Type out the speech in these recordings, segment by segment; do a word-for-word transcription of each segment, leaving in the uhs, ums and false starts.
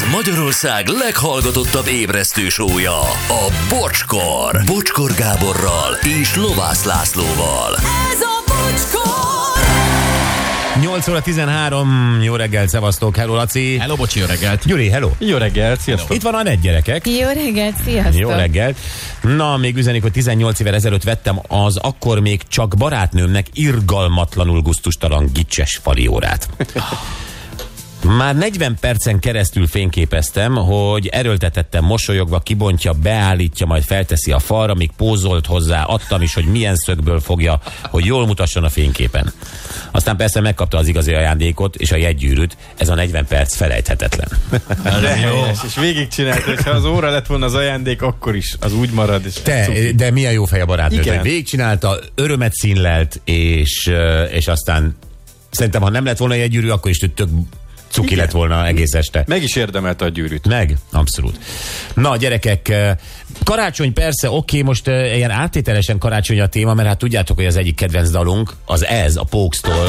Ez Magyarország leghallgatottabb ébresztő show-ja, a Bocskor. Bocskor Gáborral és Lovász Lászlóval. Ez a Bocskor! nyolc óra tizenhárom, jó reggelt, szevasztok, hello Laci. Hello, bocsi, jó reggelt. Gyuri, hello. Jó reggelt, sziasztok. Itt van a net gyerekek. Jó reggelt, sziasztok. Jó reggelt. Na, még üzenik, hogy tizennyolc évvel ezelőtt vettem az akkor még csak barátnőmnek irgalmatlanul gusztustalan gicses faliórát. Már negyven percen keresztül fényképeztem, hogy erőltetettem mosolyogva, kibontja, beállítja, majd felteszi a falra, míg pózolt hozzá, adtam is, hogy milyen szögből fogja, hogy jól mutasson a fényképen. Aztán persze megkapta az igazi ajándékot és a jegygyűrűt, ez a negyven perc felejthetetlen. De jó. És végigcsinált, hogyha az óra lett volna az ajándék, akkor is az úgy marad. És Te, de milyen jó fej a barátnőd, Igen. hogy végigcsinálta, örömet színlelt, és, és aztán szerintem, ha nem lett volna jegygyűrű, akkor is tök cuki Igen. lett volna egész este. Meg is érdemelte a gyűrűt. Meg? Abszolút. Na, gyerekek, karácsony persze, oké, most uh, ilyen áttételesen karácsony a téma, mert hát tudjátok, hogy az egyik kedvenc dalunk, az ez, a Pogues-tól.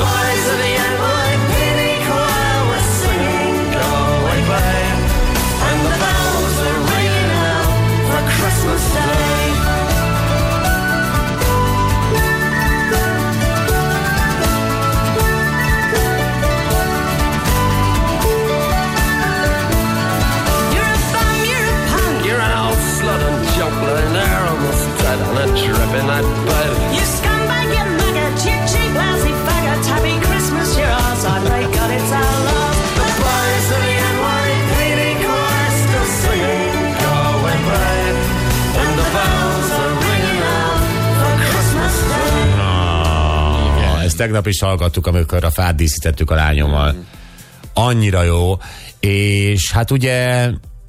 You scumbag, you maggot, cheap, cheap, lousy faggot, happy Christmas, you're all sorry, right, God, it's our love. The boys of the N Y P D chorus still singing, go away, babe, and the bells are ringing out for Christmas Day. Ah, ezt tegnap is hallgattuk, amikor a fát díszítettük a lányommal. Annyira jó, és hát ugye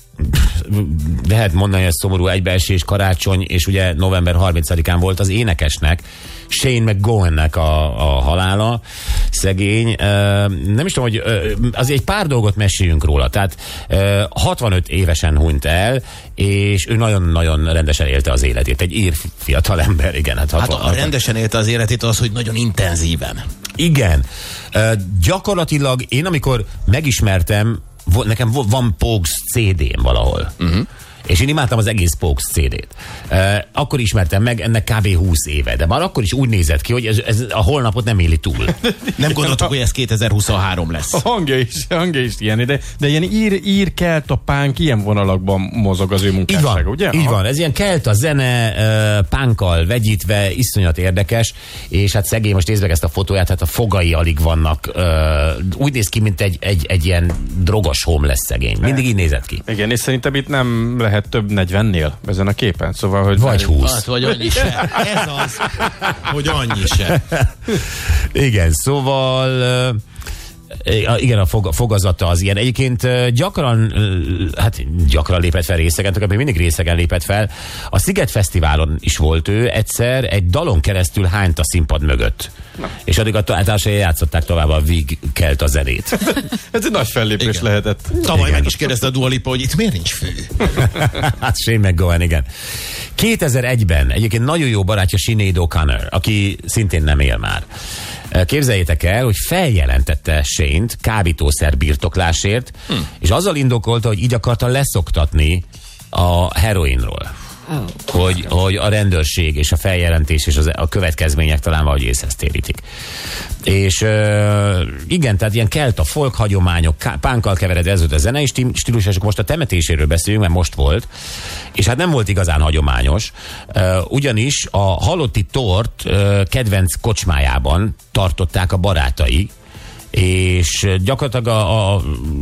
lehet mondani, hogy ez szomorú egybeesés, karácsony, és ugye november harmincadikán volt az énekesnek, Shane McGowannek a, a halála, szegény. Uh, nem is tudom, hogy uh, azért egy pár dolgot meséljünk róla. Tehát uh, hatvanöt évesen hunyt el, és ő nagyon-nagyon rendesen élte az életét. Egy ír fiatal ember, igen. Hát, Hát hatvan, a rendesen élte az életét az, hogy nagyon intenzíven. igen. Uh, gyakorlatilag én, amikor megismertem, nekem van Pogues cé dém valahol. Uh-huh. És én imádtam az egész Pogues cé dét. Uh, akkor ismertem meg, ennek kb. húsz éve, de már akkor is úgy nézett ki, hogy ez, ez a holnapot nem éli túl. Nem gondoltuk, hogy ez kétezer-huszonhárom lesz. A hangja is, a hangja is ilyen, de, de ilyen ír, ír kelt a pánk, ilyen vonalakban mozog az ő Így munkássága, van, ugye? így van. Ez ilyen kelt a zene, uh, pánkkal vegyítve, iszonyat érdekes, és hát szegény, most nézd meg ezt a fotóját, hát a fogai alig vannak. Uh, úgy néz ki, mint egy, egy, egy ilyen drogos homeless szegény. Mindig így nézett ki. Igen, és szerintem itt nem lehet több negyvennél ezen a képen, szóval, hogy... Vagy húsz. Hát, vagy annyi se. Ez az, hogy annyi se. Igen, szóval... Uh, igen, a fog, fogazata az ilyen. Egyébként uh, gyakran, uh, hát gyakran lépett fel részegen, még mindig részegen lépett fel. A Sziget Fesztiválon is volt ő, egyszer egy dalon keresztül hányt a színpad mögött. Na. És addig a társai játszották tovább a Vig kelt a zenét. Ez egy nagy fellépés Igen. lehetett. Tavaly Igen. meg is kérdezte a Dua Lipa, hogy itt miért nincs fű? Hát Shane McGowan, igen. kétezer-egyben egyébként nagyon jó barátja Sinéad O'Connor, aki szintén nem él már. Képzeljétek el, hogy feljelentette Shane-t kábítószer birtoklásért, hm. és azzal indokolta, hogy így akarta leszoktatni a heroinról. Oh. Hogy, hogy a rendőrség és a feljelentés és az, a következmények talán valahogy észhez térítik. És uh, igen, tehát ilyen kelt a folk hagyományok, pánkkal kevered, ez volt a zenei stílus, és most a temetéséről beszélünk, mert most volt, és hát nem volt igazán hagyományos, uh, ugyanis a halotti tort uh, kedvenc kocsmájában tartották a barátai, és gyakorlatilag a, a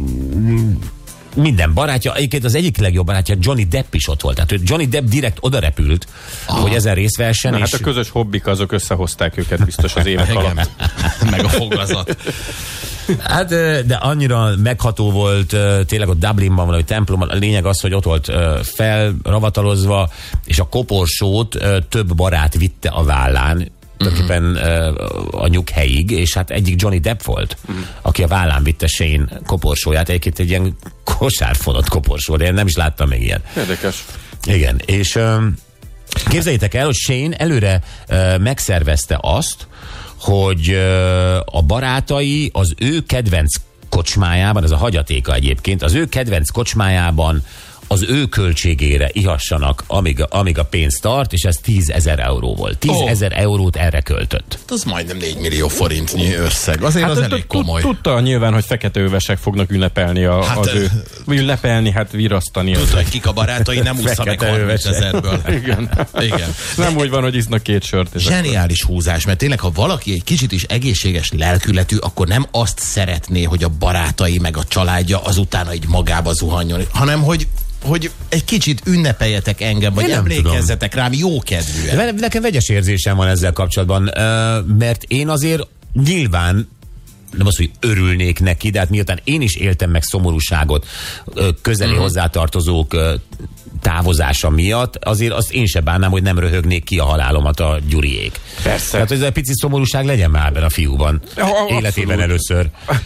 minden barátja, egyébként az egyik legjobb barátja Johnny Depp is ott volt. Tehát Johnny Depp direkt oda repült, ah. hogy ezen részt vehessen. Na, és... hát a közös hobbik azok összehozták őket biztos az évek alatt. Meg a fogazat. Hát, de annyira megható volt, tényleg ott Dublinban valahogy templomban. A lényeg az, hogy ott volt felravatalozva, és a koporsót több barát vitte a vállán, tulajdonképpen uh, a nyughelyig, és hát egyik Johnny Depp volt, uh-huh. aki a vállán vitte Shane koporsóját, egyébként egy ilyen kosárfonott koporsó, de én nem is láttam még ilyen. Érdekes. Igen, és um, képzeljétek el, hogy Shane előre uh, megszervezte azt, hogy uh, a barátai az ő kedvenc kocsmájában, ez a hagyatéka egyébként, az ő kedvenc kocsmájában az ő költségére ihassanak, amíg, amíg a pénz tart, és ez tízezer euró volt. tízezer eurót erre költött. Az majdnem négy millió forintnyi összeg. Azért Hát az tud- elég tud- komoly. Tudta nyilván, hogy feketővesek fognak ünnepelni a, Hát, az ő... Ünnepelni, hát virasztani. Tudod, hogy kik a barátai, nem ússza meg Fekete harmincezerből. Igen. Igen. Nem úgy van, hogy isznak két sört. És Zseniális húzás, mert tényleg, ha valaki egy kicsit is egészséges lelkületű, akkor nem azt szeretné, hogy a barátai meg a családja azutána így magába zuhanjon, hanem hogy hogy egy kicsit ünnepeljetek engem, vagy Én nem emlékezzetek rám jókedvűen. De nekem vegyes érzésem van ezzel kapcsolatban, ö, mert én azért nyilván nem az, hogy örülnék neki, de hát miután én is éltem meg szomorúságot ö, közeli uh-huh. hozzátartozók ö, távozása miatt, azért azt én se bánnám, hogy nem röhögnék ki a halálomat a Gyuriék. Persze. Tehát, hogy ez egy pici szomorúság legyen már ebben a fiúban. Ja, abszolút. Életében először.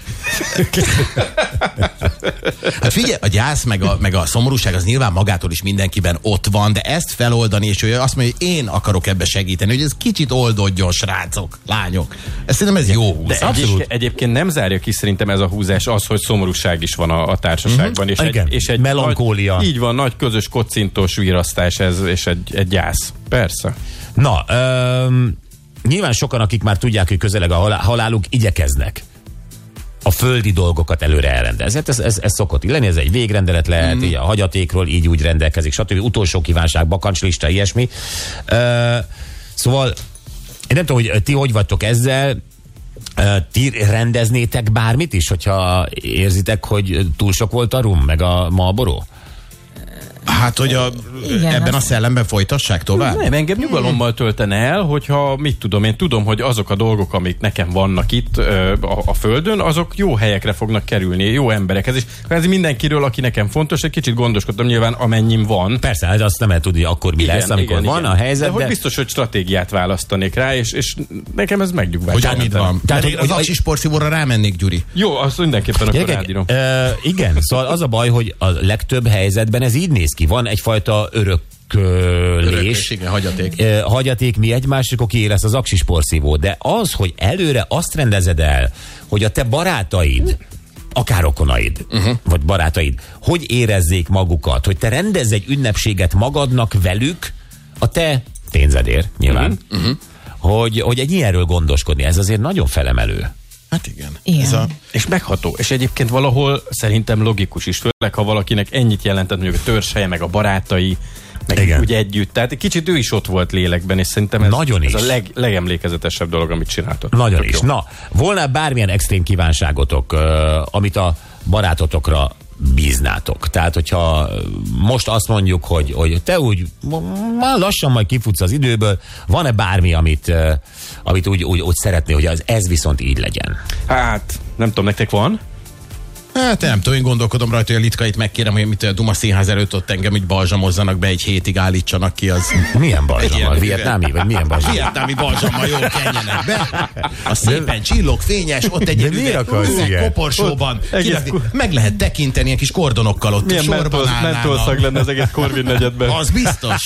Hát figyelj, a gyász meg a, meg a szomorúság az nyilván magától is mindenkiben ott van, de ezt feloldani, és ő azt mondja, hogy én akarok ebbe segíteni, hogy ez kicsit oldódjon, srácok, lányok. Ezt szerintem ez jó húzás. De egyébként, egyébként nem zárja ki szerintem ez a húzás az, hogy szomorúság is van a, a társaságban. És Igen, egy, és egy melankólia. Nagy, így van, nagy közös kocintós virasztás ez, és egy, egy gyász. Persze. Na, öm, nyilván sokan, akik már tudják, hogy közeleg a halál, haláluk, igyekeznek a földi dolgokat előre elrendezni. Ez, ez, ez szokott illeni, ez egy végrendelet lehet, mm. így a hagyatékról így úgy rendelkezik, stb. Utolsó kívánság, bakancslista, ilyesmi. Ö, szóval, én nem tudom, hogy ti hogy vagytok ezzel, Ö, ti rendeznétek bármit is, hogyha érzitek, hogy túl sok volt a rum, meg a Marlboro? Hát, hogy a, Igen, ebben az- a szellemben folytassák tovább? Nem, engem nyugalommal töltene el, hogyha mit tudom, én tudom, hogy azok a dolgok, amik nekem vannak itt ö, a, a földön, azok jó helyekre fognak kerülni, jó emberekhez. És ez mindenkiről, aki nekem fontos, egy kicsit gondoskodtam nyilván, amennyim van. Persze, hát azt nem el tudni, akkor mi Igen, lesz, amikor igen, van igen. a helyzet. De hogy biztos, hogy stratégiát választanék rá, és, és nekem ez megnyugvás. Hogy amit van. Tehát, Tehát, hogy- hogy, az hogy- aksi sportszívóra rámennék, Gyuri. Jó, azt mindenképpen akkor Gyerekek, rádírom. ö, igen, szóval az a baj, hogy a legtöbb helyzetben ez így néz ki. Van egyfajta örökölés. Örökös, igen, hagyaték. Ö, hagyaték mi egymás, akkor kié lesz az aksi sportszívó. De az, hogy előre azt rendezed el, hogy a te barátaid, akár rokonaid, uh-huh. vagy barátaid, hogy érezzék magukat, hogy te rendezz egy ünnepséget magadnak velük, a te pénzedért nyilván, uh-huh. hogy, hogy egy ilyenről gondoskodni, ez azért nagyon felemelő. Hát igen. Igen. Ez a, És megható. És egyébként valahol szerintem logikus is, főleg ha valakinek ennyit jelentett mondjuk a törzshelye, meg a barátai, meg Igen. úgy együtt. Tehát egy kicsit ő is ott volt lélekben, és szerintem ez, Nagyon ez is. a leg, legemlékezetesebb dolog, amit csináltok. Nagyon Tök is. jó. Na, volna bármilyen extrém kívánságotok, ö, amit a barátotokra bíznátok. Tehát, hogyha most azt mondjuk, hogy, hogy te úgy már lassan majd kifutsz az időből, van-e bármi, amit, ö, amit úgy, úgy, úgy szeretné, hogy az, ez viszont így legyen? Hát, nem tudom, nektek van? hát nem tudom, én gondolkodom rajta, hogy a Litkait megkérem, hogy mit a Duma Színház előtt ott engem így balzsamozzanak be, egy hétig állítsanak ki az. Milyen balzsammal? Ilyen- Vietnámi? Vagy milyen balzsammal? Vietnámi balzsammal jól kenjenek be. A szépen csillog, fényes, ott egy De üveg, miért akarsz üveg ilyen? koporsóban. Ott egész Kirakni- ku- meg lehet tekinteni, ilyen kis kordonokkal ott Milyen sorban mentol, állnának. mentolszag lenne az egész Corvin negyedben. Az biztos.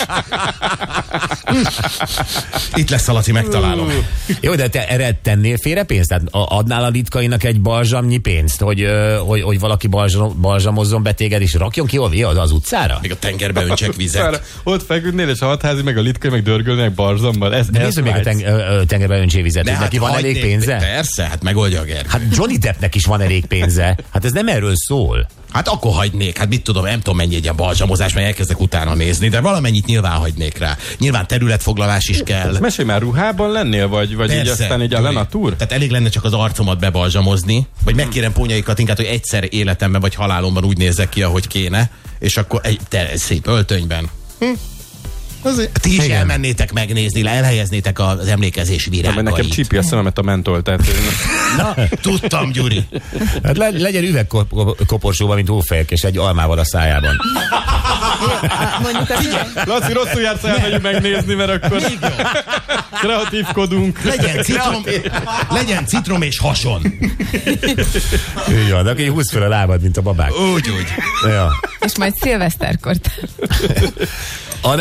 Itt lesz a Laci, megtalálom. Jó, de te erre tennél félre pénzt? Tehát a- adnál a Litkainak egy balzsamnyi pénzt, hogy, ö, hogy, hogy valaki balzsam, balzsamozzon be téged, és rakjon ki az, az, az utcára? Még a tengerbe öntsek vizet. Ott feküdnél, és a hatházi, meg a Litkai, meg dörgölnek barzammal. Ez, De ez nézzük még a vágysz. teng, ö, ö, tengerbe öntsé vizet, De hogy neki van hagynék- elég pénze? Persze, hát megoldja a Gergő. Hát Johnny Deppnek is van elég pénze. Hát ez nem erről szól. Hát akkor hagynék, hát mit tudom, nem tudom mennyi egy ilyen balzsamozás, mert elkezdek utána nézni, de valamennyit nyilván hagynék rá. Nyilván területfoglalás is kell. Mesélj már, ruhában lennél, vagy, vagy így Persze, aztán így a Gyuri. lenatúr? Tehát elég lenne csak az arcomat bebalzsamozni, vagy megkérem Pónyai Katinkát, hogy egyszer életemben vagy halálomban úgy nézzek ki, ahogy kéne, és akkor egy te, szép öltönyben. Hm? Azért, ti is Igen. elmennétek megnézni, le, elhelyeznétek az emlékezés Mert virágait. nekem csípi a szememet a mentol, tehát Na, tudtam, Gyuri. Hát le, legyen üvegkoporsóban, mint hófejek, és egy almával a szájában. Mondjuk az üveg, Laci, rosszul jársz, elmegyünk megnézni, mert akkor kreatívkodunk. Legyen citrom, legyen citrom és hason. Jó, de akkor húzd fel a lábad, mint a babák. Úgy, úgy. Ja. és majd szilveszterkor. Anett, neked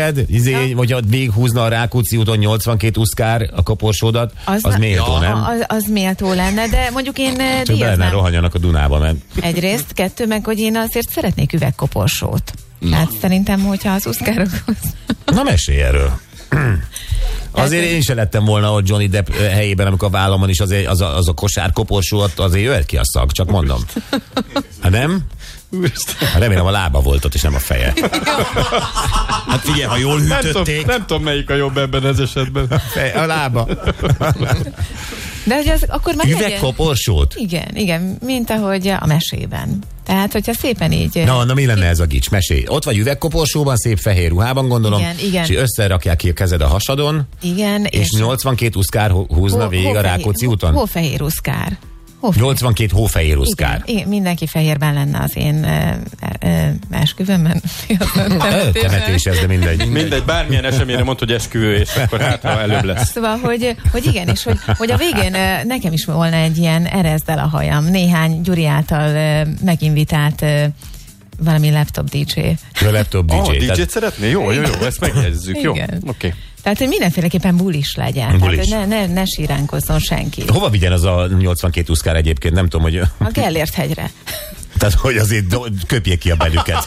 neked, izé, vagy ha végighúzna a Rákóczi úton nyolcvankét uszkár a koporsódat, az, az na- méltó, ja, nem? Az, az méltó lenne, de mondjuk én eh, Csak bele ne díjaznám. rohanjanak a Dunába, mert Egyrészt, kettő, meg hogy én azért szeretnék üvegkoporsót. Hát szerintem, hogyha az uszkárokhoz... na mesélj erről. Azért én se lettem volna ott Johnny Depp helyében, amikor a vállamon is azért, az, a, az a kosár koporsó, ott azért jöhet ki a szag, csak mondom. Hát nem? Hát remélem a lába volt ott, és nem a feje. Hát figyelj, ha jól Nem tudom, hűtötték. nem tudom, melyik a jobb ebben az esetben. Fej, a lába. De hogy az akkor már legyen... Üvegkoporsót? Igen, igen, mint ahogy a mesében. Tehát, hogyha szépen így... Na, na mi lenne ez a gics? Mesélj. Ott vagy üvegkoporsóban, szép fehér ruhában, gondolom. Igen, igen. És összerakják ki a kezed a hasadon, Igen, és nyolcvankét uszkár hú- húzna hó- végig a hófehér- Rákóczi úton? Hófehér uszkár. Hófehér. nyolcvankét hófehér uszkár. Igen, igen, mindenki fehérben lenne az én uh, uh, esküvőmben. Ö, Temetés ez, de mindegy. Mindegy, bármilyen eseményre mondd, hogy esküvő, és akkor hát, ha előbb lesz. Szóval, hogy, hogy igen, és hogy, hogy a végén uh, nekem is volna egy ilyen erezd el a hajam. Néhány Gyuri által uh, meginvitált uh, valami laptop dé dzsé. A laptop dé dzsé. Oh, dé Tehát- dzsét szeretné? Jó, jó, jó, ezt megjegyezzük, jó? Oké. Igen. Okay. Tehát, hogy mindenféleképpen bulis legyen. Bulis. Tehát, hogy ne, ne, ne síránkozzon senki. Hova vigyen az a nyolcvankét uszkár egyébként? Nem tudom, hogy... A Gellért hegyre. Tehát, hogy azért do- köpjék ki a belüket.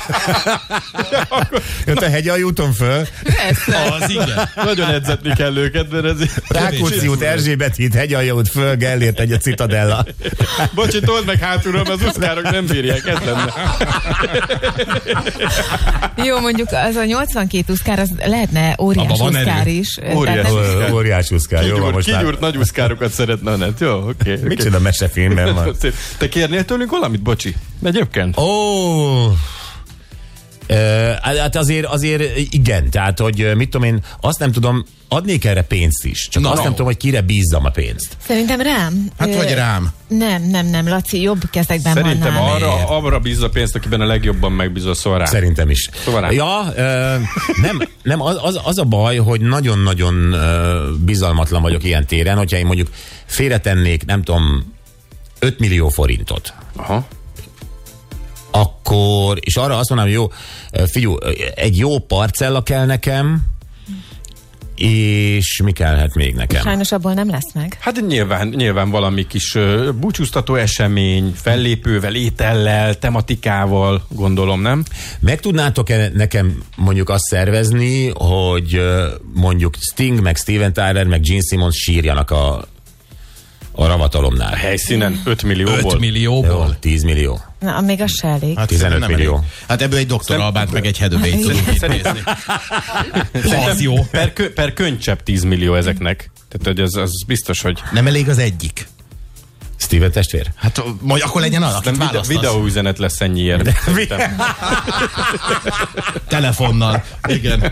Jött a hegyaljúton föl. Az igen. Nagyon edzetni kell őket, mert ez... Rákóczi út, Erzsébet híd, hegyaljút föl, Gellért egy a Citadella. Bocsi, told meg hátulról, mert az uszkárok nem bírják, ez lenne. Jó, mondjuk az a nyolcvankét uszkár, az lehetne óriás Abba van uszkár erő. is. Óriás. Tehát nem- Uszkár. Óriás uszkár, jó van Kigyúrt, most már. kigyúrt nagy uszkárokat szeretne a net. Jó, oké. Okay, okay. Micsoda mesefilmben van. Te kérnél tőlünk valamit, bocsi? Egyébként? Ó, Uh, hát azért, azért igen, tehát, hogy mit tudom én, azt nem tudom, adnék erre pénzt is, csak Na, azt no. nem tudom, hogy kire bízzam a pénzt. Szerintem rám. Hát Ö, vagy rám. Nem, nem, nem, Laci, jobb kezekben Szerintem van nálam. arra, arra bízza pénzt, akiben a legjobban megbízol, szóval rá. Szerintem is. Szóval rám. Ja, uh, nem, nem az, az, az a baj, hogy nagyon-nagyon uh, bizalmatlan vagyok ilyen téren, hogyha én mondjuk félretennék, nem tudom, öt millió forintot. Aha. Akkor, és arra azt mondanám, hogy jó, figyú, egy jó parcella kell nekem, és mi kellhet még nekem? Sajnos abból nem lesz meg. Hát nyilván, nyilván valami kis uh, búcsúztató esemény, fellépővel, étellel, tematikával, gondolom, nem? Meg tudnátok-e nekem mondjuk azt szervezni, hogy ö, mondjuk Sting, meg Steven Tyler, meg Gene Simmons sírjanak a, a ravatalomnál? Helyszínen öt millióból. öt millióból. Jó, tíz millió. Na, még az se elég. Hát tizenöt nem millió. elég. Hát ebből egy doktor Albánt meg egy Hedöbét tudunk itt nézni. Az jó. Per, kö, per könycsepp tíz millió ezeknek. Tehát hogy az, az biztos, hogy Nem elég az egyik. Steven testvér? Hát majd akkor legyen az, nem akit videó, választasz. videóüzenet lesz ennyiért. Szerintem. Telefonnal. Igen.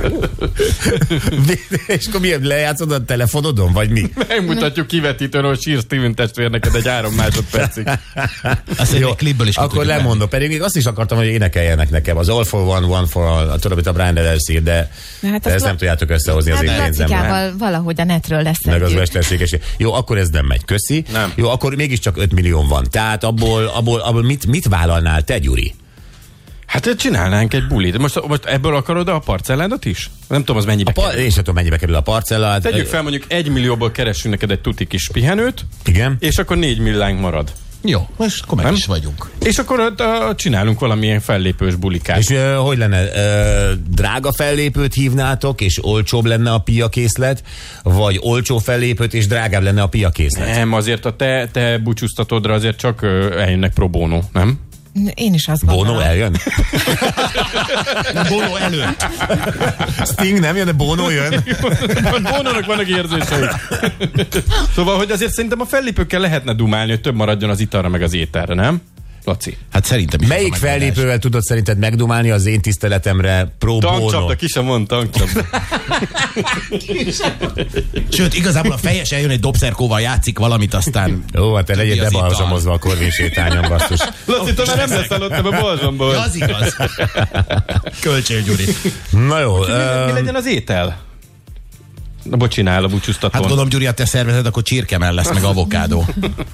És akkor miért lejátszod a telefonodon, vagy mi? Megmutatjuk kivetítőn, hogy sír Steven testvér neked egy három másodpercig. Azt egy klipből is ki akkor tudjuk lemondom. Pedig még azt is akartam, hogy énekeljenek nekem. Az All for One, One for All, tudom, amit a Brian Adams ír, de, Na, hát de azt ezt la- nem tudjátok összehozni az Hát én pénzemben. Lacikával valahogy a netről lesz Meg az együtt. mesterséges. Jó, akkor ez nem megy. Köszi. Nem. Jó, akkor mégiscsak öt millió van. Tehát abból, abból, abból mit, mit vállalnál te, Gyuri? Hát csinálnánk egy bulit. Most, most ebből akarod a parcelládat is? Nem tudom, az mennyibe A par- én sem tudom, mennyibe kerül a parcella. Hát, Tegyük ö, fel, mondjuk egy millióból keresünk neked egy tuti kis pihenőt, Igen. és akkor négy millánk marad. Jó, most akkor meg Nem? is vagyunk. És akkor uh, uh, csinálunk valamilyen fellépős bulikát. És ö, hogy lenne? Ö, drága fellépőt hívnátok, és olcsóbb lenne a piakészlet, vagy olcsó fellépőt, és drágább lenne a piakészlet? Nem, azért a te, te búcsúztatódra azért csak uh, eljönnek pro bono, nem? Én is azt gondolom. Bono eljön? Na, Bono előtt. Sting nem jön, de Bono jön. Bonónak vannak érzései. Szóval, hogy azért szerintem a fellépőkkel lehetne dumálni, hogy több maradjon az italra meg az ételre, nem? Laci. Hát szerintem is. Melyik az a megoldás. fellépővel tudod szerinted megdumálni az én tiszteletemre pro bono? Tankcsapda, ki sem mond tankcsapda. Sőt, igazából a fejes eljön egy dobszerkóval, játszik valamit, aztán... Jó, hát te legyél az ital. bebalzsamozva a Korvin sétányon, basszus. Laci, te már nem lesz ott a balzsamból. Ja, az igaz. Kölcsön, Gyuri. Na jó. Mi, mi öm, legyen az étel? Na, bocs, csinál a búcsúztatón. Hát gondolom, Gyuri, ha te szervezed, akkor csirkemell lesz, meg avokádó.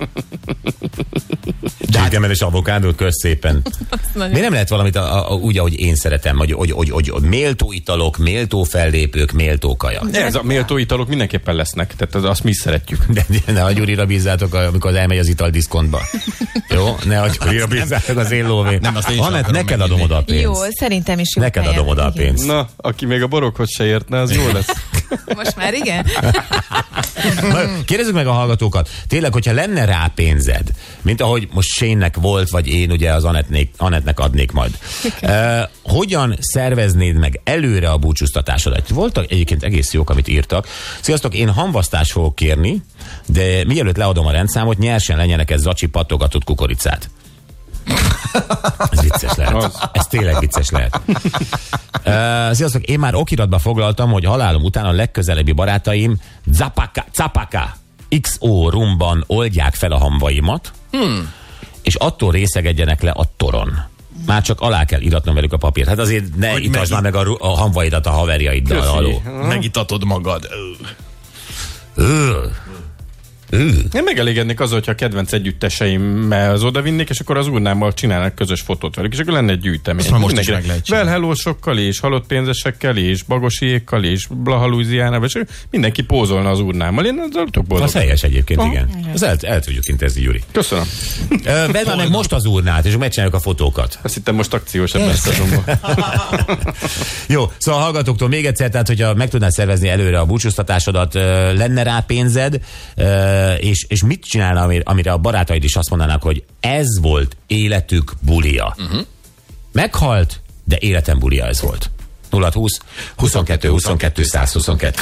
Csirkemell és avokádót, kösz szépen. Miért nem lehet valamit a, a, úgy, ahogy én szeretem, hogy, hogy, hogy, hogy, hogy méltó italok, méltó fellépők, méltó kaja. Ez a méltó italok mindenképpen lesznek, tehát azt mi is szeretjük. De ne a Gyurira bízzátok, amikor az elmegy az italdiszkontba. Jó? Ne a Gyurira bízzátok az én lóvé. Nem, azt én sem Anett, akarom neked meginni. adom oda a pénzt. Jó, szerintem is jó. Neked helyen. adom oda a Igen. pénzt. Na, aki még a borokhoz se értne, az jó lesz. Most már igen? Kérdezzük meg a hallgatókat. Tényleg, hogyha lenne rá pénzed, mint ahogy most Shane-nek volt, vagy én ugye az Anettnek, Anettnek adnék majd. Uh, hogyan szerveznéd meg előre a búcsúztatásodat? Voltak egyébként egész jók, amit írtak. Sziasztok, én hamvasztást fogok kérni, de mielőtt leadom a rendszámot, nyersen legyenek ez zacsi pattogatott kukoricát. Ez vicces lehet. Az. Ez tényleg vicces lehet. Uh, sziasztok, én már okiratba foglaltam, hogy halálom után a legközelebbi barátaim Zapaka, Zapaka iksz o rumban oldják fel a hamvaimat, hmm. és attól részegedjenek le a toron. Már csak alá kell iratnom velük a papírt. Hát azért ne Hogy itasd már meg- meg a, ru- a hamvaidat a haverjaiddal. Haló. Megitatod magad. Ö. Ö. Én megelégednék azzal, hogyha a kedvenc együtteseimmel az oda vinnék, és akkor az urnámmal csinálnak közös fotót velük, és akkor lenne egy gyűjtemény. Ezt már most is Mindenkinek meg lehet csinálni. Well Hello-sokkal is, halott pénzesekkel is, bagosiékkal is, Blaha Louisianával, és mindenki pózolna az urnámmal. Én azzal tök boldog. Az helyes egyébként, Aha. igen. Az el, el tudjuk intézni, Gyuri. Köszönöm. Ö, Vedd már meg most az urnát, és megcsináljuk a fotókat. Azt hittem most akciósabb lesz azonban. Jó, szóval a hallgatóktól még egyszer, tehát hogyha meg tudnád szervezni előre a búcsúztatásodat, ö, lenne rá pénzed, ö, és, és mit csinálna, amire, amire a barátaid is azt mondanak, hogy ez volt életük bulia. Uh-huh. Meghalt, de életem bulia ez volt. nulla húsz huszonkettő huszonkettő százhuszonkettő